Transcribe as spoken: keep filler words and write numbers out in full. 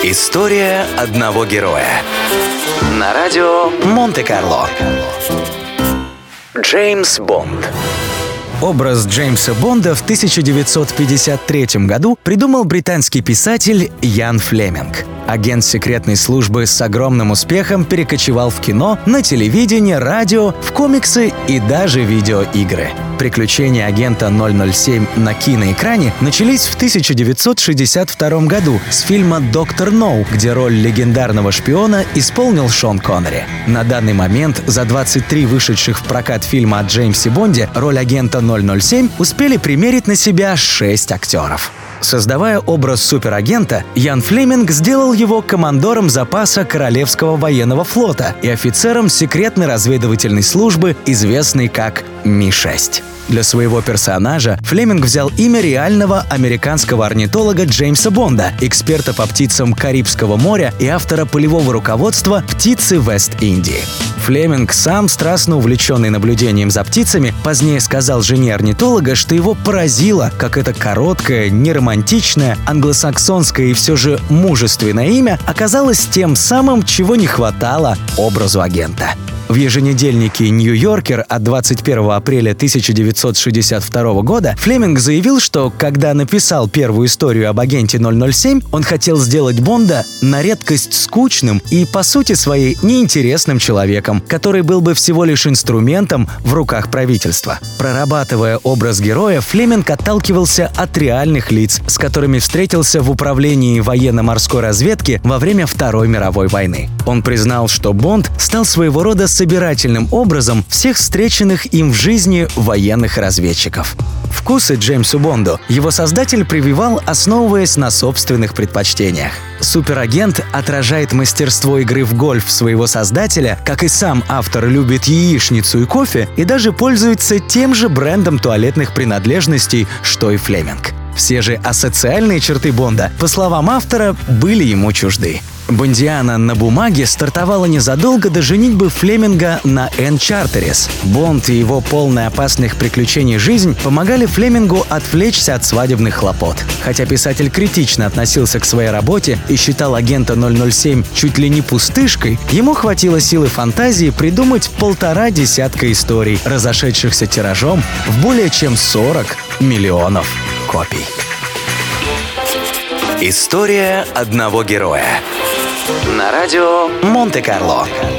История одного героя. На радио Монте-Карло. Джеймс Бонд. Образ Джеймса Бонда в тысяча девятьсот пятьдесят третьем году придумал британский писатель Ян Флеминг. Агент секретной службы с огромным успехом перекочевал в кино, на телевидение, радио, в комиксы и даже видеоигры. Приключения агента ноль ноль семь на киноэкране начались в тысяча девятьсот шестьдесят втором году с фильма «Доктор Ноу», где роль легендарного шпиона исполнил Шон Коннери. На данный момент за двадцать три вышедших в прокат фильма о Джеймсе Бонде роль агента ноль ноль семь успели примерить на себя шесть актеров. Создавая образ суперагента, Ян Флеминг сделал его командором запаса Королевского военного флота и офицером секретной разведывательной службы, известной как Ми шесть. Для своего персонажа Флеминг взял имя реального американского орнитолога Джеймса Бонда, эксперта по птицам Карибского моря и автора полевого руководства «Птицы Вест-Индии». Флеминг, сам страстно увлеченный наблюдением за птицами, позднее сказал жене орнитолога, что его поразило, как это короткое, неромантичное, англосаксонское и все же мужественное имя оказалось тем самым, чего не хватало образу агента. В еженедельнике «Нью-Йоркер» от двадцать первого апреля тысяча девятьсот шестьдесят второго года Флеминг заявил, что когда написал первую историю об агенте ноль ноль семь, он хотел сделать Бонда на редкость скучным и, по сути своей, неинтересным человеком, который был бы всего лишь инструментом в руках правительства. Прорабатывая образ героя, Флеминг отталкивался от реальных лиц, с которыми встретился в управлении военно-морской разведки во время Второй мировой войны. Он признал, что Бонд стал своего рода собирательным образом всех встреченных им в жизни военных разведчиков. Вкусы Джеймсу Бонду его создатель прививал, основываясь на собственных предпочтениях. Суперагент отражает мастерство игры в гольф своего создателя, как и сам автор любит яичницу и кофе, и даже пользуется тем же брендом туалетных принадлежностей, что и Флеминг. Все же асоциальные черты Бонда, по словам автора, были ему чужды. Бондиана на бумаге стартовала незадолго до женитьбы Флеминга на Энн Чартерис. Бонд и его полная опасных приключений жизнь помогали Флемингу отвлечься от свадебных хлопот. Хотя писатель критично относился к своей работе и считал агента ноль ноль семь чуть ли не пустышкой, ему хватило силы фантазии придумать полтора десятка историй, разошедшихся тиражом в более чем сорок миллионов копий. История одного героя. На радио Монте-Карло.